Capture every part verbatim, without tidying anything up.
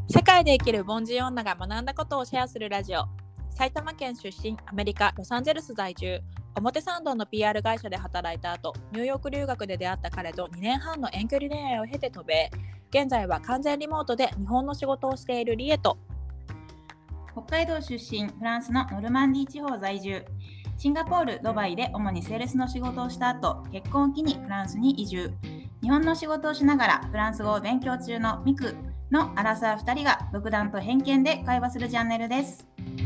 世界で生きる凡人女が学んだことをシェアするラジオ。埼玉県出身、アメリカ・ロサンゼルス在住、表参道の ピーアール 会社で働いた後、ニューヨーク留学で出会った彼とにねんはんの遠距離恋愛を経て渡米。現在は完全リモートで日本の仕事をしているリエと、 北海道出身、フランスのノルマンディー地方在住、シンガポール、ドバイで主にセールスの仕事をした後、結婚を機にフランスに移住。日本の仕事をしながらフランス語を勉強中のミクのアラサーふたりが独断と偏見で会話するチャンネルです。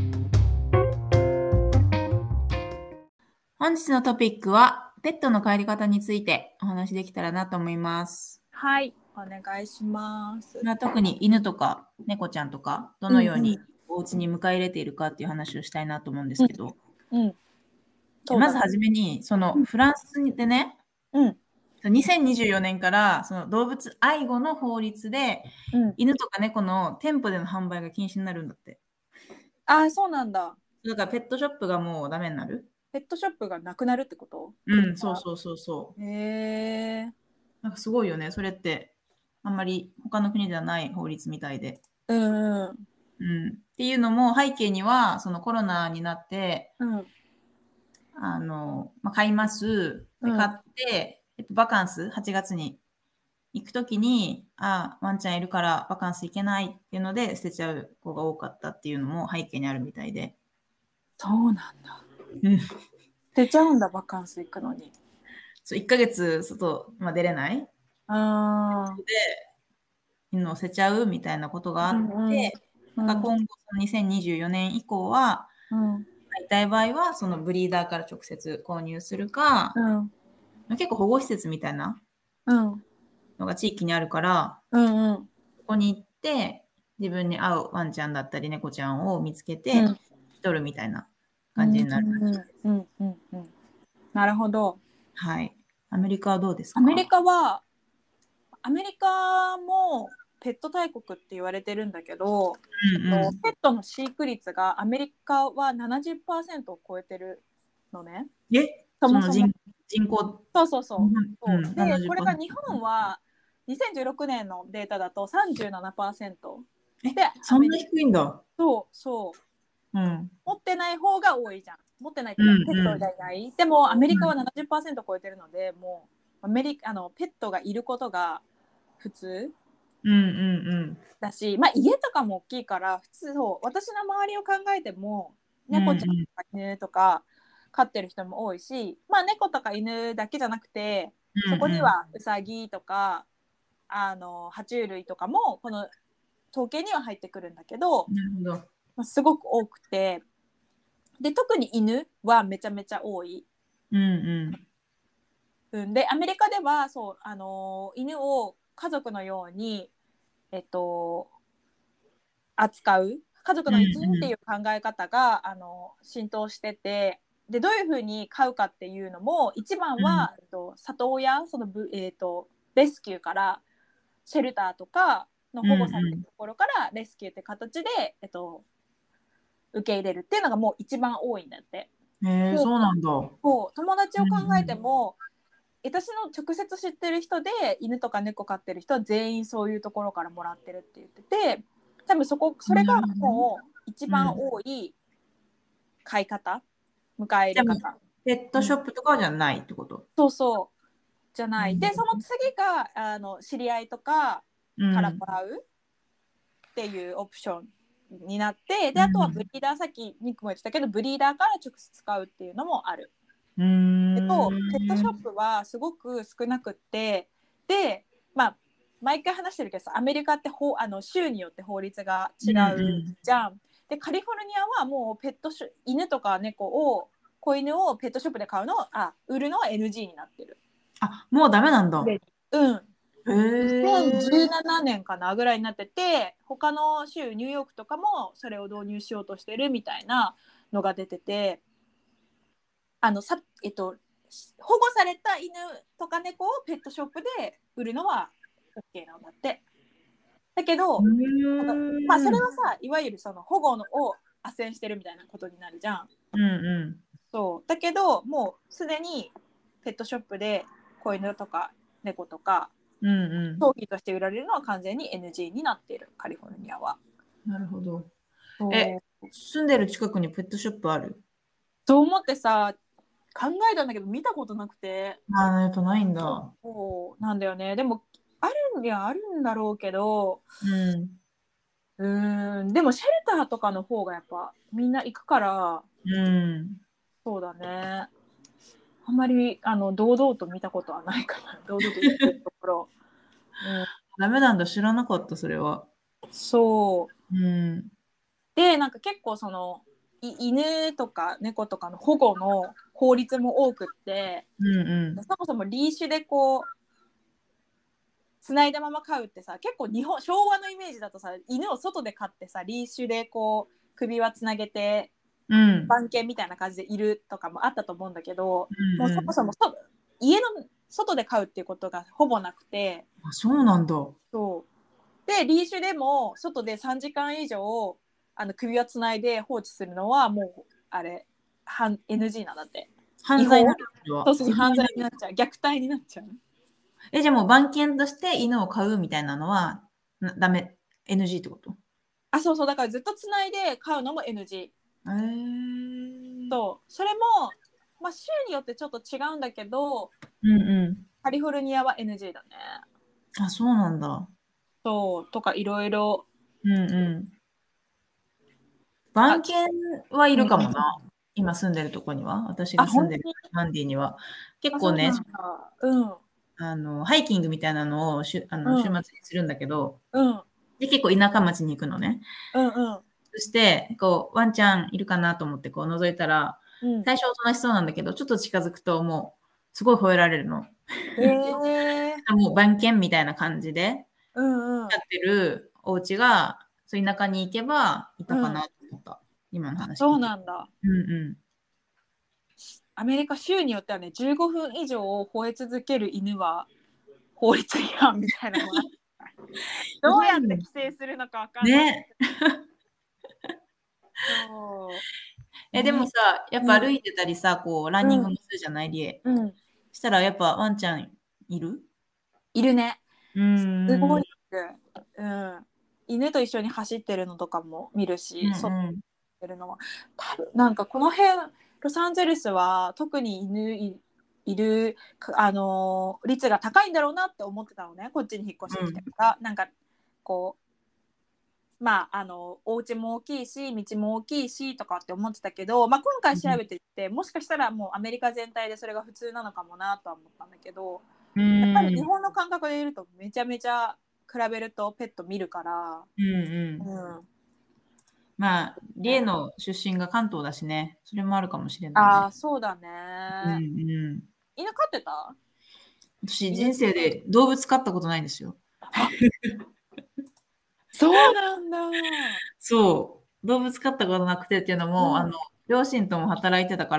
本日のトピックはペットの帰り方についてお話できたらなと思います。 はい、お願いします。 まあ、特に犬とか猫ちゃんとかどのようにお家に迎え入れているかっていう話をしたいなと思うんですけど、 うんうんでまずはじめにそのフランスでね、 うんにせんにじゅうよねんからその動物愛護の法律で、 うん、 犬とか猫の店舗での販売が禁止になるんだって。 あ、そうなんだ。 だからペットショップがもうダメになる。 ペットショップがなくなるってこと？ うん、そうそうそうそう。 へー。 なんかすごいよね。それってあんまり他の国ではない法律みたいで。 うんうん。 うん、っていうのも背景にはそのコロナになって、 うん、 あの、まあ、買います。でうん買って、えっと、バカンスはちがつに行くときに、あ、ワンちゃんいるからバカンス行けないっていうので捨てちゃう子が多かったっていうのも背景にあるみたいで。 そうなんだ。 うん捨てちゃうんだ、バカンス行くのに。 そういっかげつ外、まあ、出れないあで犬を捨てちゃうみたいなことがあって、 うんうんなんか今後そのにせんにじゅうよねん以降は、 うん、 買いたい場合はそのブリーダーから直接購入するか、 うん結構保護施設みたいなうんのが地域にあるから、 うんうん、 そこに行って自分に合うワンちゃんだったり猫ちゃんを見つけてうん引き取るみたいな感じになる。 うんうんうんうん、なるほど。 はい。アメリカはどうですか？ アメリカはアメリカもペット大国って言われてるんだけど、 うんうん、 ペットの飼育率がアメリカは ななじゅっパーセント を超えてるのね。 えそもそもその 人, 人口そうそうそう。 うんそううん、 で、これが日本はにせんじゅうろくねんのデータだと さんじゅうななパーセント。 え、 で、 そんな低いんだ。 そうそう。 うん、 持ってない方が多いじゃん。持ってないっていうか、ペットがいない。でも、アメリカは ななじゅっパーセント 超えてるので、もうアメリカあのペットがいることが普通うんうんうん、 だし、まあ、家とかも大きいから、普通そう、私の周りを考えても、猫ちゃんとか犬とか飼ってる人も多いし、まあ、猫とか犬だけじゃなくて、そこにはウサギとか、あの爬虫類とかもこの統計には入ってくるんだけど、 なるほど。 まあ、すごく多くて、で特に犬はめちゃめちゃ多い。 うんうんうん、でアメリカではそう、あの犬を家族のように、えっと、扱う家族の一員っていう考え方が、うんうん、あの浸透してて、でどういうふうに飼うかっていうのも一番は、うん、えっと、里親その、えっと、レスキューからシェルターとかの保護されるところからレスキューって形で、えっと、受け入れるっていうのがもう一番多いんだって。 へえ、そうなんだ。 そう、友達を考えても、うんうん、私の直接知ってる人で犬とか猫飼ってる人は全員そういうところからもらってるって言ってて、多分そこそれがもう一番多い飼い方、うん、迎え入れ方。 ペットショップとかじゃないってこと？うん、 そうそうじゃない。でその次があの知り合いとかからもらうっていうオプションになって、であとはブリーダー、さっきニックも言ってたけどブリーダーから直接使うっていうのもある。 うーん、 えっと、ペットショップはすごく少なくって、で、まあ、毎回話してるけどさ、アメリカって法あの州によって法律が違うじゃん。うんうん、でカリフォルニアはもうペットショ犬とか猫を子犬をペットショップで買うのあ売るのは エヌジー になってる。 あ、もうダメなんだ。 うん。 へえ。 にせんじゅうななねんかなぐらいになってて、他の州ニューヨークとかもそれを導入しようとしてるみたいなのが出てて、あのさえっと保護された犬とか猫をペットショップで売るのは OK なんだって。だけど、まあ、それはさ、いわゆるその保護のを斡旋してるみたいなことになるじゃん。 うんうん、 そうだけどもうすでにペットショップで子犬とか猫とかうんうん。 商品として売られるのは完全に エヌジー になっている、カリフォルニアは。 なるほど。え、 そう住んでる近くにペットショップある？ そう思ってさ、考えたんだけど見たことなくて。 ああ、やっぱないんだ。 そうなんだよね。でもあるにはあるんだろうけど、 うん。 うーんでもシェルターとかの方がやっぱみんな行くから、 うん。 そうだね。あんまりあの堂々と見たことはないかな。堂々と行ってるところ。うん、 ダメなんだ、知らなかった、それは。 そう。 うん。 でなんか結構そのい犬とか猫とかの保護の法律も多くって、 うんうそもそもリーシュでこうつないだまま飼うってさ、結構日本昭和のイメージだとさ、犬を外で飼ってさ、リーシュでこう首輪つなげてん。うん。 番犬みたいな感じでいるとかもあったと思うんだけど、もうそうんうん。 もそもそ家の外で飼うっていうことがほぼなくて、 あ、そうなんだ。 そうでリーシュでも外でさんじかん以上あの首輪つないで放置するのはもうあれ反 エヌジー なんだって。違法。 犯罪になる、それは。 そうそう、犯罪になっちゃう、虐待になっちゃう。 え、じゃあもう番犬として犬を飼うみたいなのは、なダメ、エヌジー ってこと？ あ、そうそう、だからずっとつないで飼うのも エヌジー。 えー。 そう、それも、まあ、州によってちょっと違うんだけど、 うんうカリフォルニアは エヌジー だね。 ん。あ、そうなんだ。 そうとかいろいろ。 うんうん。 あ、 番犬はいうん、 るかもな。今住んでるとこには。私あ、 が住んでる本当に。 マンディには。結あ、そ構ね、 うなんだ。うんあの、ハイキングみたいなのをしゅあの週うん末にするんだけど、 うんで、結構田舎町に行くのね。 うんうんそして、こう、ワンちゃんいるかなと思ってこう覗いたら、 うん最初おとなしそうなんだけど、ちょっと近づくともう、すごい吠えられるの。 えー、 もう番犬みたいな感じで、 うんうんやってるお家が、そう田舎に行けばいたうん。 かなと思った。今のあ、そう話聞いて。 なんだ。 うんうアメリカ州によってはね、じゅうごふん以上吠え続ける犬は法律違反みたいなのがん。 どうやってすごいね。 規制するのかわかんない。 ね。 そえ、 う。ね。 でもさ、やっぱ歩うん。 いてたりさ、こう、ランニングうん。 もするじゃない、家。 うん。 したらやっぱワンちゃんいる？ いるね。 うーん。 すごいいる。うん。犬と一緒に走ってるのとかも見るうんし、そううん。 ってるのは。多分なんかこの辺、ロサンゼルスは特に犬い、いる、あのー率が高いんだろうなって思ってたのね。こっちに引っ越してきてから。なんか、こう、まあ、あの、お家も大きいし、道も大きいしとかって思ってたけど、まあ、今回調べていって、もしかしたらもうアメリカ全体でそれが普通なのかもなとは思ったんだけど、 うやっぱり日ん。 本の感覚でいるとめちゃめちゃ比べるとペット見るから、 うんうん。 うん。 まあ、リエの出身が関東だしね。それもあるかもしれないね。 ああ、そうだうんね。 うん。 犬飼ってた？ 私、 犬。 人生で動物飼ったことないんですよ。 あ、そうなんだ。 そう。動物飼ったことなくてっていうのも、あの、 うん。 両親とも働いてたから、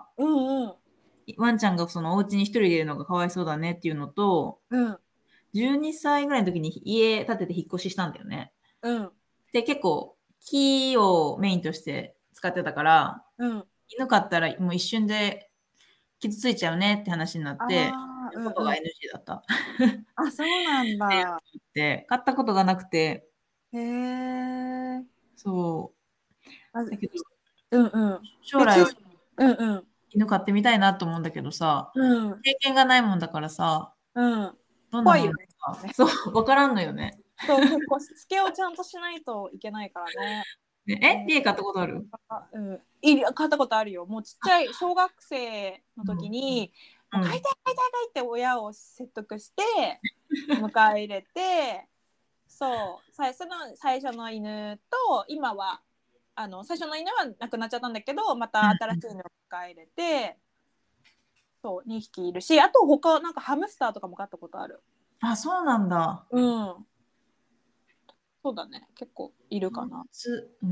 うんうん。 ワンちゃんがそのお家に一人でいるのがかわいそうだねっていうのと、 うん。 じゅうにさいぐらいの時に家建てて引っ越ししたんだよね。 うん。 で、結構木をメインとして使ってたから、 うん。 犬飼ったらもう一瞬で傷ついちゃうねって話になって、 ああ、 買うことがうんうん。 エヌジー だった。 あ、そうなんだ。 で、買ったことがなくて、 へえ。 そあ、 う。だけど、 うんうん。え、ち、 将来はうんうん。 犬飼ってみたいなと思うんだけどさ、 うん。 経験がないもんだからさ、 うん。 どんなもん怖いよね。 か、そう、わからんのよね。 そう、結構しつけをちゃんとしないといけないからね。 ねえ、 うん。 家買ったことある？ あ、うん。いい、買ったことあるよ。もうちっちゃい小学生の時うん。 に、もう買いうん。 たい買いたい買いって親を説得して迎え入れて、そう最初の最初の犬と今はあの最初の犬は亡くなっちゃったんだけど、また新しい犬を迎え入れて、そうにひきいるし、あと他なんかハムスターとかも飼ったことある。 あ、そうなんだ。 うん、そうだね、結構いるかな。 つ、うん。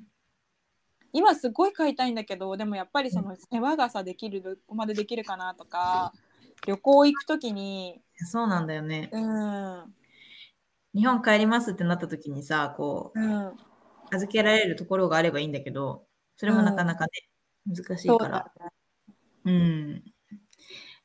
今すごい飼いたいんだけど、でもやっぱりその世話がさできるどこまでできるかなとか、旅行行くときに、 そうなんだよね。 うん日本帰りますってなった時にさ、こうん、 う、預けられるところがあればいいんだけど、それもなかうん、 なかね、難しそうだいから。 ね。 うん。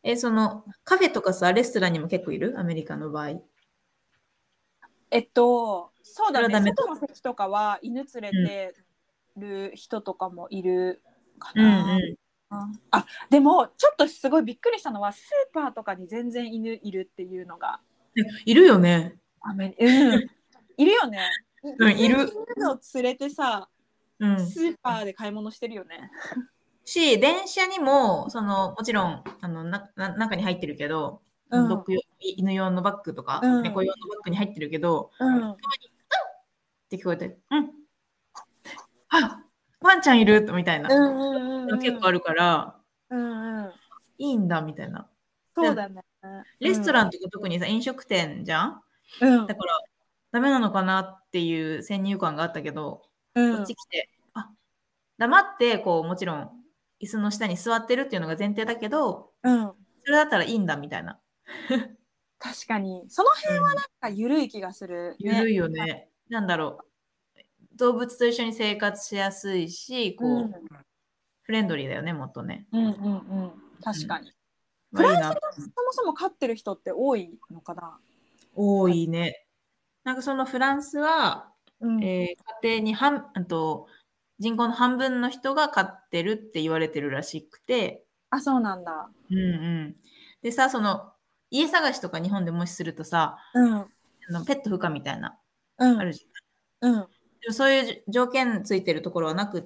え、そのカフェとかさ、レストランにも結構いるアメリカの場合。 えっとそうだね、 それはダメと。 外の席とかは犬連れてる人とかもいるかうんな。 うあ、でもちょっとすごいびっくりしたのはスーパーとかに全然犬いるっていうのがん。いいるよね。 アメリうん、いるよね。いうん、い犬る。 犬を連れてさ、 うん。 スーパーで買い物してるよね。 し、電車にも、その、もちろん、あの、な、な、中に入ってるけど、 うん、 ドッグ用、犬用のバッグとか、 うん、 猫用のバッグに入ってるけど、 うん、 って聞こえて、うん、あ、ワンちゃんいるみたいな。 うん、うん、うん、 結構あるから、 うん、うん、 いいんだ、みたいな。で、 そうだね。うん、 レストランとか特にさ、飲食店じゃんうん、 だから、ダメなのかなっていう先入観があったけど、こっうん、 ち来て、あ、黙って、こう、もちろん、椅子の下に座ってるっていうのが前提だけど、 うん。 それだったらいいんだ、みたいな。 確かに、その辺はうん。 なんか緩い気がするね。 ゆるいよね。なんだろう。動物と一緒に生活しやすいし、 うん、 こう、フレンドリーだよね、もっとね。 うん、うん、うん、 うん。 確かに。フはいいな。 ランスがそもそも飼ってる人って多いのかな。 多いね。なんかそのフランスは、 うん。 えー家庭に半、あと、人口の半分の人が飼ってるって言われてるらしくて、 あ、そうなんだ。 うんうん。でさ、その、家探しとか日本でもしするとさ、 うん、 あのペット不可みたいな、 うん、 あるじゃん。 うん、 でもそういう条件ついてるところはなくって、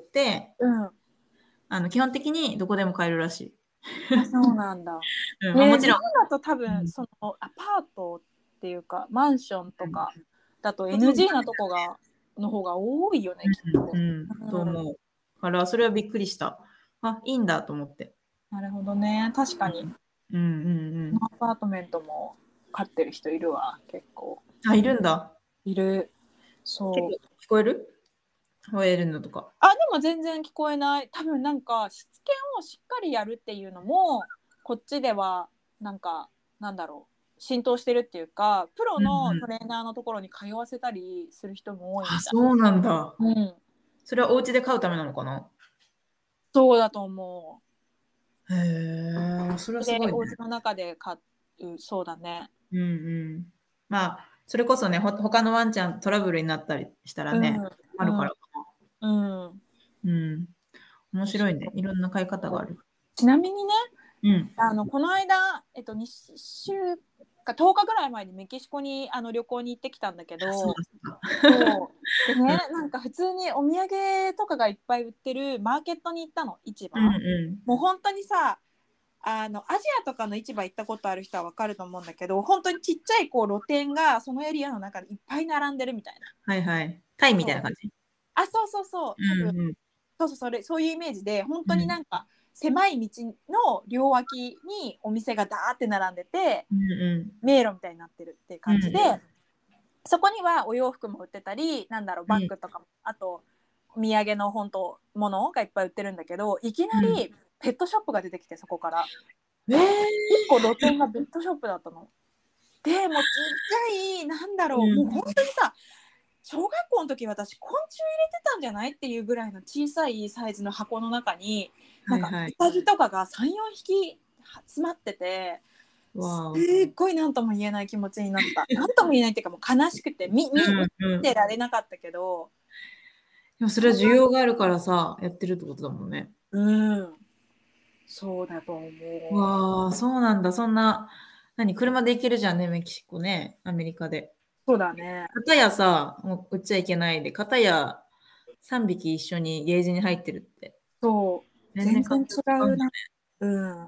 うん。 あの基本的にどこでも買えるらしい。 あ、そうなんだ。 うん、まあ、もね、日ちろん、 本だと多うん、 分そのアパートっていうかマンションとうん、 かだとそうそうエヌジー なとこがの方が多いよね、きっと。 うん、うん、とうん、 思う。から、それはびっくりした。あ、いいんだと思って。 なるほどね。確かに。 うん、うん、うん。 アパートメントも飼ってる人いるわ、結構。 あ、いるんだ。 いる。 結構そう。 聞こえる吠えるのとか。 あ、でも全然聞こえない。多分なんかしつけをしっかりやるっていうのもこっちではなんかなんだろう浸透してるっていうか、プロうん、 のうん。 トレーナーのところに通わせたりする人も多いあ、 みたい。 そうなんだ。 うん、 それはお家で飼うためなのかな。 そうだと思へえ、それはう。で、 すごいね。 お家の中で飼う、そうだね。 うんうん。まあ、それこそね、ほ他のワンちゃんトラブルになったりしたらうん、 ね、あるうん、 からかうん。 な。うん。面白いね。いろんな飼い方がある。 ちなみにね、 うん。 あのこの間、えっと、にしゅうかとおかぐらい前にメキシコにあの旅行に行ってきたんだけあ、そうど、 だ、 そうでそうだ。 ね、なんか普通にお土産とかがいっぱい売ってるマーケットに行ったの、市うん場。 うもう本当にさ、あのアジアとかの市場行ったことある人は分かると思うんだけど、本当にちっちゃいこう露店がそのエリアの中でいっぱい並んでるみたいな。 ん。はいはい。タイみたいそうな感じ。 あ、そうそうそう、 う多分んうん。 そうそう、それそういうイメージで、本当にうんなんか狭い道の両脇にお店がダーって並んでて、 うんう迷路みたいになってるっていうん。う感じで、 んそこにはお洋服も売ってたり、なんだろう、 うん。 バッグとかも、あとお土産の本当ものがいっぱい売ってるんだけど、いきなうん。 りペットショップが出てきて、そこからえー、 一個露店がペットショップだったの。でもうちっちゃい、なんだろう、もううん。 本当にさ、小学校の時私昆虫入れてたんじゃないっていうぐらいの小さいサイズの箱の中に、なんかはいはい。 ウサギとかがさん、よんひき詰まってて、すわお。 っごい何とも言えない気持ちになった。何とも言えないっていうか、もう悲しくて見見見うんうん。 てられなかったけど、 でもそれは需要があるからさ、やってるってことだもんね。 うん、そうだと思う。 わあ、そうなんだ。そんな、何、車で行けるじゃんね、メキシコね、アメリカで。 そうだね。 片やさ、もう売っちゃいけないで、片やさんびき一緒にゲージに入ってるって。 そう、 全然感全然違覚違うんだうな、うん、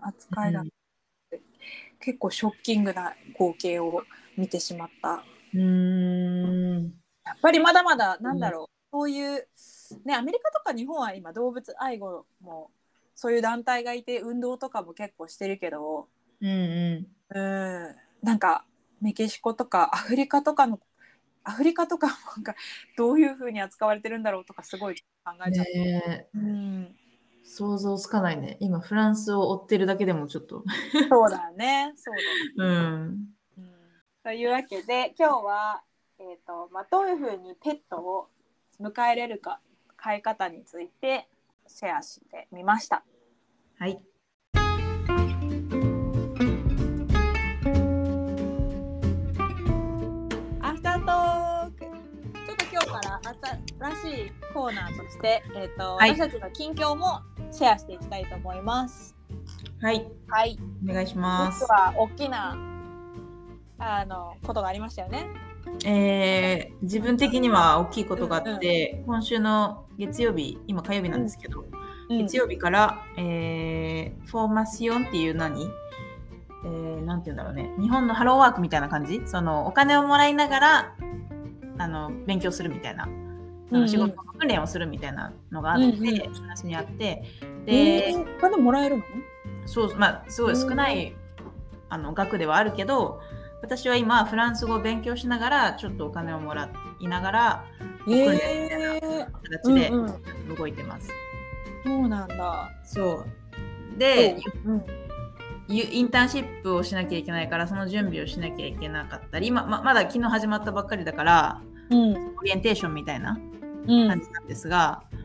扱いだっね。 て。結構ショッキングな光景を見てしまった。 うん。うーん。 やっぱりまだまだなんだうんろう、そういうね、アメリカとか日本は今動物愛護もそういう団体がいて運動とかも結構してるけど、 うんうんなんかメキシコとかアフリカとかのアフリカとかもなんかどういう風に扱われてるんだろうとかすごい考うん。 えちゃった。 ねえ、 うん、 想像つかないね。今、フランスを追ってるだけでもちょっと。 そうだね、そうだね。 うん。 うん、というわけで今日は、えーとまあ、どういう風にペットを迎え入れるか、飼い方についてシェアしてみました。 はい。 しいコーナーとして、えーとはい、 私たちの近況もシェアしていきたいと思います。 はい、 はい、 お願いします。 実は大きなあのことがありましたよね。 えー、自分的には大きいことがあって、 うんうん、 今週の月曜日、今火曜日なんですけど、うん、月曜日から、えー、フォーマシオンっていう何、えー、なんて言うんだろうね、日本のハローワークみたいな感じ、そのお金をもらいながらあの勉強するみたいな、あの仕事の訓練をするみたいなのがあって、うんうん、話にあって、で、 えー、お金もらえるの？ そう、まあすごい少ないあの額ではあるけど、私は今フランス語を勉強しながらちょっとお金をもらいながら訓練みたいな形で動いてます。 えーうんうん、そうなんだ。 そうで、うん、インターンシップをしなきゃいけないから、その準備をしなきゃいけなかったり、ま, ま, まだ昨日始まったばっかりだから、うん、オリエンテーションみたいな感じなんですが、うん、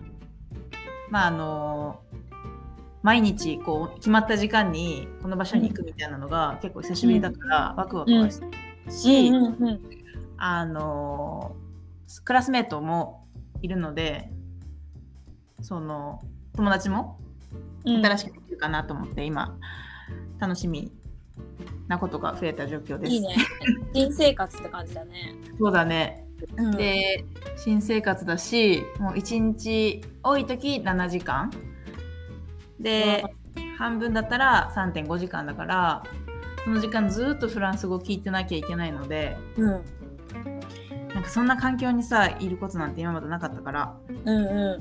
まああの毎日こう決まった時間にこの場所に行くみたいなのが結構久しぶりだからワクワクはしてるし、うんうんうん、あのクラスメートもいるので、その友達も新しくできるかなと思って、うん、今楽しみなことが増えた状況です。 いいね。新生活って感じだね。 そうだね、うん、で新生活だし、もういちにち多い時ななじかんで、うん、半分だったら さんてんごじかんだから、その時間ずっとフランス語を聞いてなきゃいけないので、うん、なんかそんな環境にさいることなんて今までなかったから、うんうん、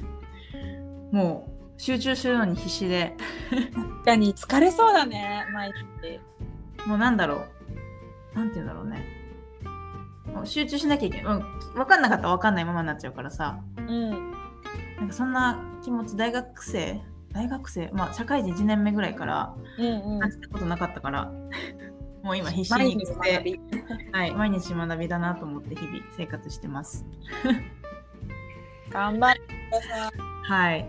もう集中するのに必死で確かに疲れそうだね、毎日。 もうなんだろう、なんて言うんだろうね、もう集中しなきゃいけない、うん、分かんなかったら分かんないままになっちゃうからさ、うん、なんかそんな気持ち大学生大学生、まあ社会人いちねんめぐらいから感じたことなかったから、うんうん、もう今必死に生きて、はい、毎日学びだなと思って日々生活してます頑張ってください。 はい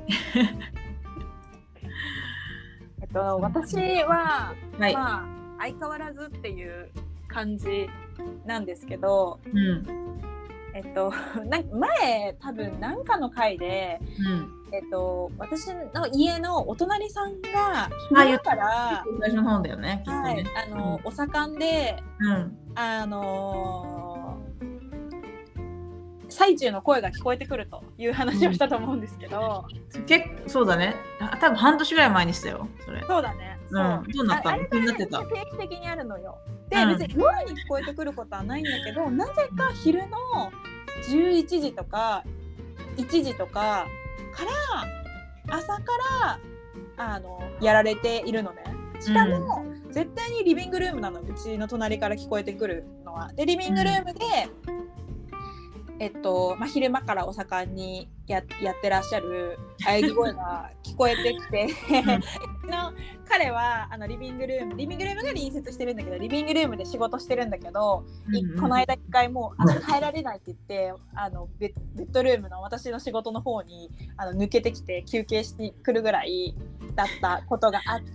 えっと私は、はい、まあ相変わらずっていう感じなんですけど、うん、えっとな前多分何かの回で、うん、えっと私の家のお隣さんが昼から最初の方だよね、きっとね、 はい、あの、うん、お盛んで、うん、あのー、最中の声が聞こえてくるという話をしたと思うんですけど、 うん、結構そうだね、多分半年ぐらい前にしたよそれ。 そうだね、そう、 うん、どうなったの？ あれから、ね、定期的にあるのよ。で、うん、別に夜に聞こえてくることはないんだけど、なぜか昼のじゅういちじとかいちじとかから朝からあのやられているのね。しかも、うん、絶対にリビングルームなの、うちの隣から聞こえてくるのは。でリビングルームで、うん、えっとまあ、昼間からお盛んに や, やってらっしゃる喘ぎ声が聞こえてきての彼はあのリビングルームリビングルームが隣接してるんだけど、リビングルームで仕事してるんだけど、うんうん、この間一回もうあ帰られないって言ってあの ベ, ベッドルームの私の仕事の方にあの抜けてきて休憩してくるぐらいだったことがあって、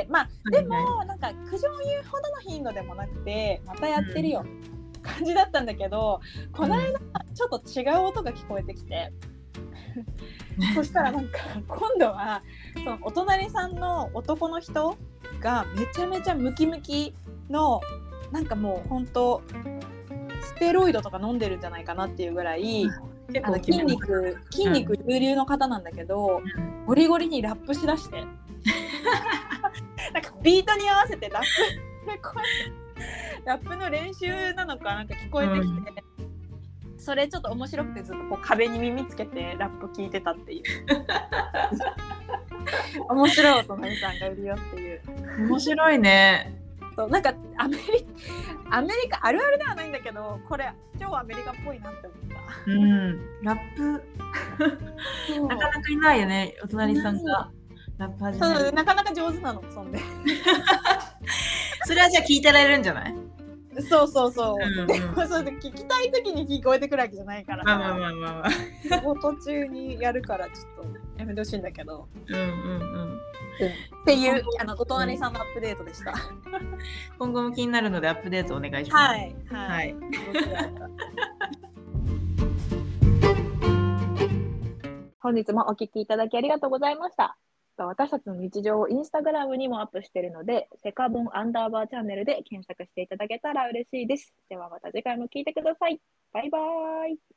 まあでもなんか苦情を言うほどの頻度でもなくて、またやってるよ、うん、感じだったんだけど、この間ちょっと違う音が聞こえてきてそしたらなんか今度はそのお隣さんの男の人がめちゃめちゃムキムキの、なんかもう本当ステロイドとか飲んでるんじゃないかなっていうぐらい、あの筋肉筋肉隆々の方なんだけど、うん、ゴリゴリにラップしだしてなんかビートに合わせてラップラップの練習なのかなんか聞こえてきて、うん、それちょっと面白くてずっとこう壁に耳つけてラップ聞いてたっていう面白いお隣さんがいるよっていう。 面白いね。 そうなんかアメリカ、アメリカあるあるではないんだけど、これ超アメリカっぽいなって思った。 うん、ラップなかなかいないよね、お隣さんがラップ始める。 そうなかなか上手なの、そんでそれはじゃあ聞いてられるんじゃない？ そうそうそう、うんうん、でもそう聞きたい時に聞こえてくるわけじゃないから、 まあまあまあまあ、まあ、 途中にやるからちょっとやめてほしいんだけど、 うんうんうん、うん、 っていうあのお隣さんのアップデートでした。 今後も気になるのでアップデートお願いします。 はいはい、はい本日もお聞きいただきありがとうございました。私たちの日常をインスタグラムにもアップしているので、セカボンアンダーバーチャンネルで検索していただけたら嬉しいです。ではまた次回も聞いてください。バイバーイ。